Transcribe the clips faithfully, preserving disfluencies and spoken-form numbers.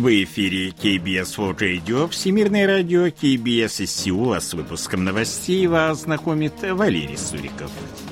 В эфире кей би эс World Radio, Всемирное радио кей би эс из Сеула. С выпуском новостей вас знакомит Валерий Суриков.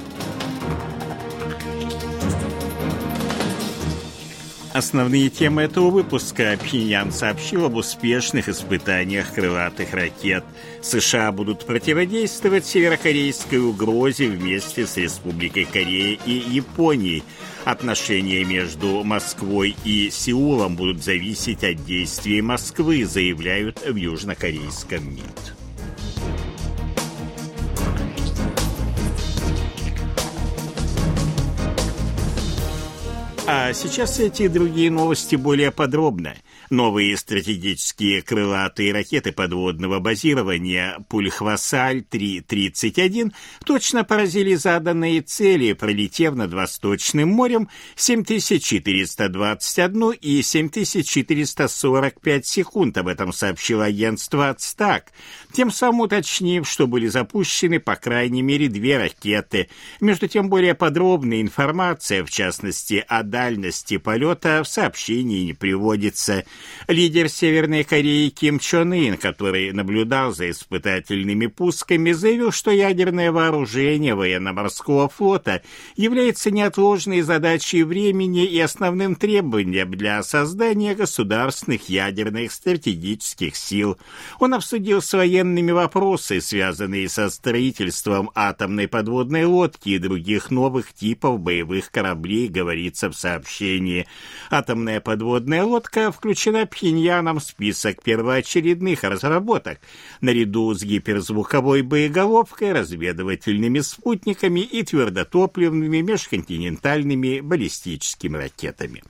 Основные темы этого выпуска. Пхеньян сообщил об успешных испытаниях крылатых ракет. США будут противодействовать северокорейской угрозе вместе с Республикой Корея и Японией. Отношения между Москвой и Сеулом будут зависеть от действий Москвы, заявляют в южнокорейском МИД. А сейчас эти и другие новости более подробно. Новые стратегические крылатые ракеты подводного базирования Пульхвасаль три тридцать один точно поразили заданные цели, пролетев над Восточным морем семь тысяч четыреста двадцать один и семь тысяч четыреста сорок пять секунд. Об этом сообщило агентство Ацтак, тем самым уточнив, что были запущены по крайней мере две ракеты. Между тем, более подробная информация, в частности о дальности полета, в сообщении не приводится. Лидер Северной Кореи Ким Чен Ын, который наблюдал за испытательными пусками, заявил, что ядерное вооружение военно-морского флота является неотложной задачей времени и основным требованием для создания государственных ядерных стратегических сил. Он обсудил с военными вопросы, связанные со строительством атомной подводной лодки и других новых типов боевых кораблей, говорится в сообщении. Атомная подводная лодка включена Пхеньяном в список первоочередных разработок, наряду с гиперзвуковой боеголовкой, разведывательными спутниками и твердотопливными межконтинентальными баллистическими ракетами.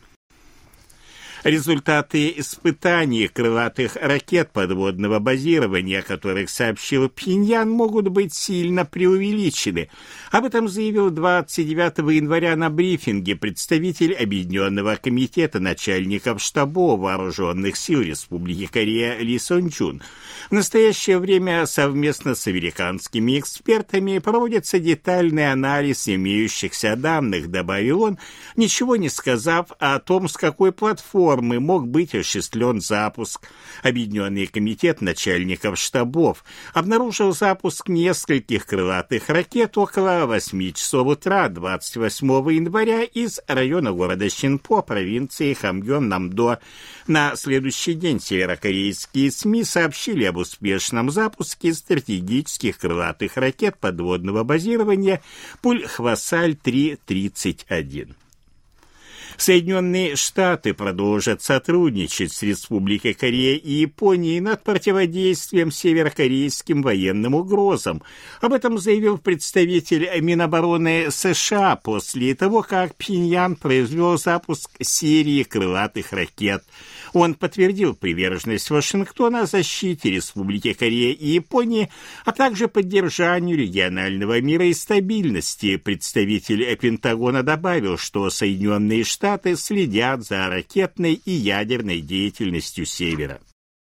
Результаты испытаний крылатых ракет подводного базирования, о которых сообщил Пхеньян, могут быть сильно преувеличены. Об этом заявил двадцать девятого января на брифинге представитель Объединенного комитета начальников штабов вооруженных сил Республики Корея Ли Сон-чун. В настоящее время совместно с американскими экспертами проводится детальный анализ имеющихся данных, добавил он, ничего не сказав о том, с какой платформы мог быть осуществлен запуск. Объединенный комитет начальников штабов обнаружил запуск нескольких крылатых ракет около восьми часов утра двадцать восьмого января из района города Синпо, провинции Хамгён-Намдо. На следующий день северокорейские СМИ сообщили об успешном запуске стратегических крылатых ракет подводного базирования Пульхвасаль три тридцать один. Соединенные Штаты продолжат сотрудничать с Республикой Корея и Японией над противодействием северокорейским военным угрозам. Об этом заявил представитель Минобороны США после того, как Пхеньян произвел запуск серии крылатых ракет. Он подтвердил приверженность Вашингтона защите Республики Корея и Японии, а также поддержанию регионального мира и стабильности. Представитель Пентагона добавил, что Соединенные Штаты следят за ракетной и ядерной деятельностью Севера.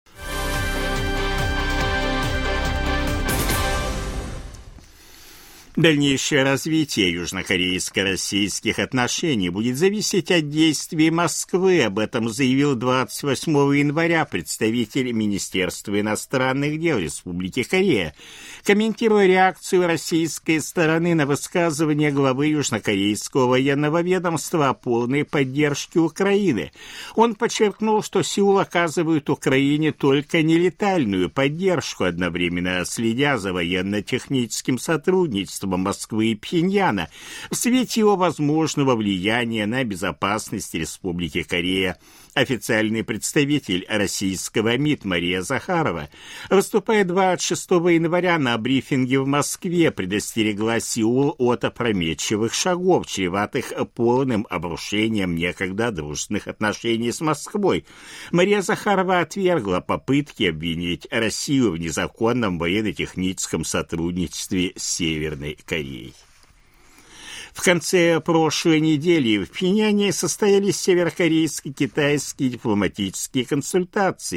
Дальнейшее развитие южнокорейско-российских отношений будет зависеть от действий Москвы. Об этом заявил двадцать восьмого января представитель Министерства иностранных дел Республики Корея, комментируя реакцию российской стороны на высказывание главы южнокорейского военного ведомства о полной поддержке Украины. Он подчеркнул, что Сеул оказывает Украине только нелетальную поддержку, одновременно следя за военно-техническим сотрудничеством Москвы и Пхеньяна в свете его возможного влияния на безопасность Республики Корея. Официальный представитель российского МИД Мария Захарова, выступая двадцать шестого января на брифинге в Москве, предостерегла Сеул от опрометчивых шагов, чреватых полным обрушением некогда дружественных отношений с Москвой. Мария Захарова отвергла попытки обвинить Россию в незаконном военно-техническом сотрудничестве с Северной Кореей. В конце прошлой недели в Пхеньяне состоялись северокорейско-китайские дипломатические консультации.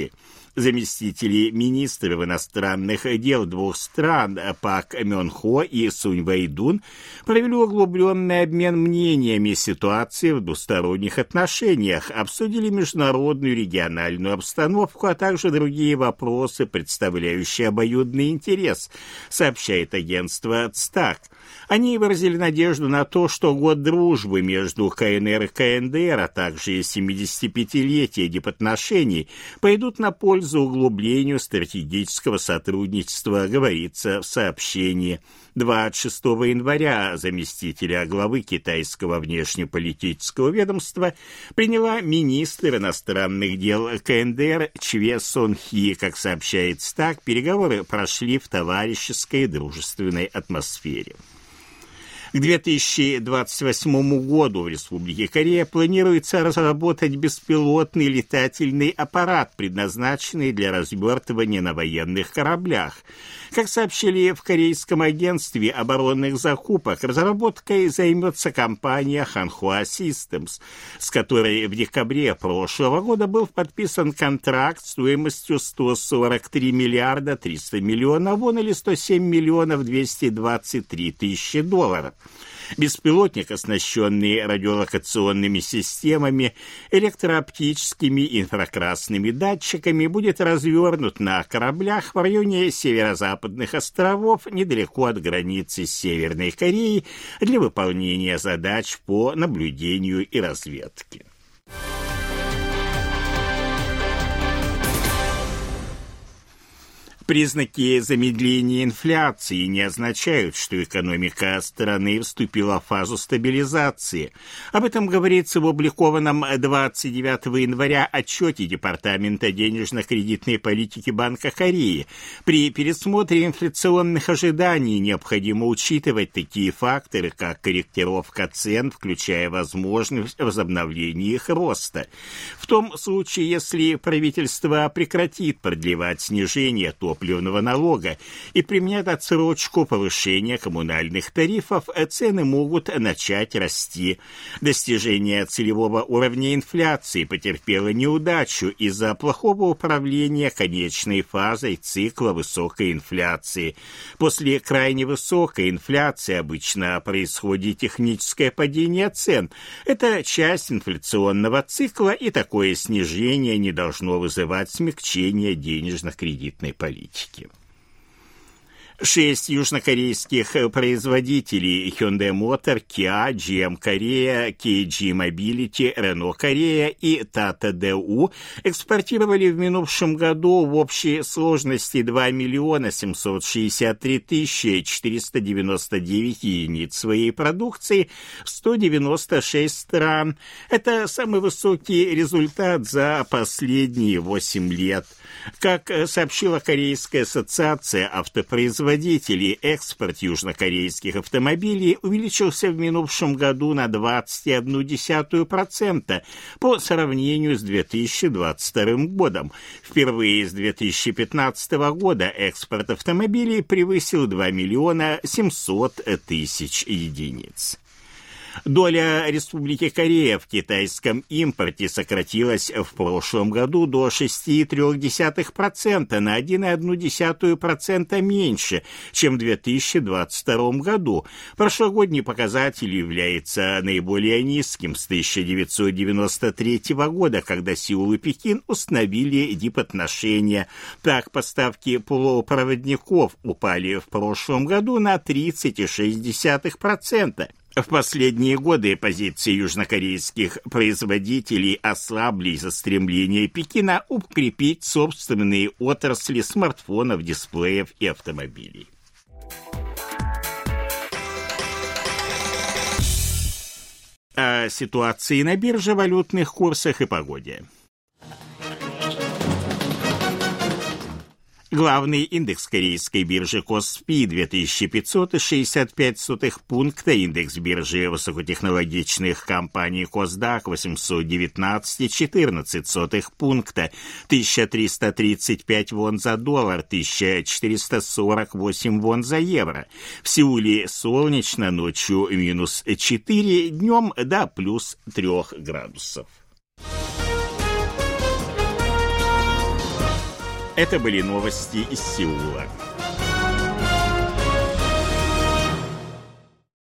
Заместители министров иностранных дел двух стран Пак Мён Хо и Сунь Вэйдун провели углубленный обмен мнениями ситуации в двусторонних отношениях, обсудили международную региональную обстановку, а также другие вопросы, представляющие обоюдный интерес, сообщает агентство ЦТАК. Они выразили надежду на то, что год дружбы между КНР и КНДР, а также семидесятипятилетие дипотношений пойдут на пользу углублению стратегического сотрудничества, говорится в сообщении. двадцать шестого января заместителя главы китайского внешнеполитического ведомства приняла министр иностранных дел КНДР Чве Сон Хи. Как сообщает ЦТАК, переговоры прошли в товарищеской и дружественной атмосфере. К две тысячи двадцать восьмому году в Республике Корея планируется разработать беспилотный летательный аппарат, предназначенный для развертывания на военных кораблях. Как сообщили в Корейском агентстве оборонных закупок, разработкой займется компания Hanwha Systems, с которой в декабре прошлого года был подписан контракт стоимостью сто сорок три миллиарда триста миллионов вон или сто семь миллионов двести двадцать три тысячи долларов. Беспилотник, оснащенный радиолокационными системами, электрооптическими и инфракрасными датчиками, будет развернут на кораблях в районе северо-западных островов недалеко от границы с Северной Кореей для выполнения задач по наблюдению и разведке. Признаки замедления инфляции не означают, что экономика страны вступила в фазу стабилизации. Об этом говорится в опубликованном двадцать девятого января отчете Департамента денежно-кредитной политики Банка Кореи. При пересмотре инфляционных ожиданий необходимо учитывать такие факторы, как корректировка цен, включая возможность возобновления их роста. В том случае, если правительство прекратит продлевать снижение топ топливного налога и применят отсрочку повышения коммунальных тарифов, цены могут начать расти. Достижение целевого уровня инфляции потерпело неудачу из-за плохого управления конечной фазой цикла высокой инфляции. После крайне высокой инфляции обычно происходит техническое падение цен. Это часть инфляционного цикла, и такое снижение не должно вызывать смягчение денежно-кредитной политики. Шесть южнокорейских производителей Hyundai Motor, Kia, джи эм Korea, кей джи Mobility, Renault Korea и Tata ди ю экспортировали в минувшем году в общей сложности два миллиона семьсот шестьдесят три тысячи четыреста девяносто девять единиц своей продукции в сто девяносто шесть стран. Это самый высокий результат за последние восемь лет. Как сообщила Корейская ассоциация автопроизводителей, экспорт южнокорейских автомобилей увеличился в минувшем году на двадцать целых одну десятую процента по сравнению с две тысячи двадцать вторым годом. Впервые с две тысячи пятнадцатого года экспорт автомобилей превысил два миллиона семьсот тысяч единиц. Доля Республики Корея в китайском импорте сократилась в прошлом году до шесть целых три десятых процента, на один целых одну десятую процента меньше, чем в две тысячи двадцать втором году. Прошлогодний показатель является наиболее низким с тысяча девятьсот девяносто третьего года, когда Сеул и Пекин установили дипотношения. Так, поставки полупроводников упали в прошлом году на тридцать целых шесть десятых процента. В последние годы позиции южнокорейских производителей ослабли из-за стремления Пекина укрепить собственные отрасли смартфонов, дисплеев и автомобилей. О ситуации на бирже, валютных курсах и погоде. Главный индекс корейской биржи Коспи две тысячи пятьсот шестьдесят пять сотых пункта, индекс биржи высокотехнологичных компаний Косдак восемьсот девятнадцать целых четырнадцать сотых пункта, тысяча триста тридцать пять вон за доллар, тысяча четыреста сорок восемь вон за евро. В Сеуле солнечно, ночью минус четыре, днем до плюс трёх градусов. Это были новости из Сеула.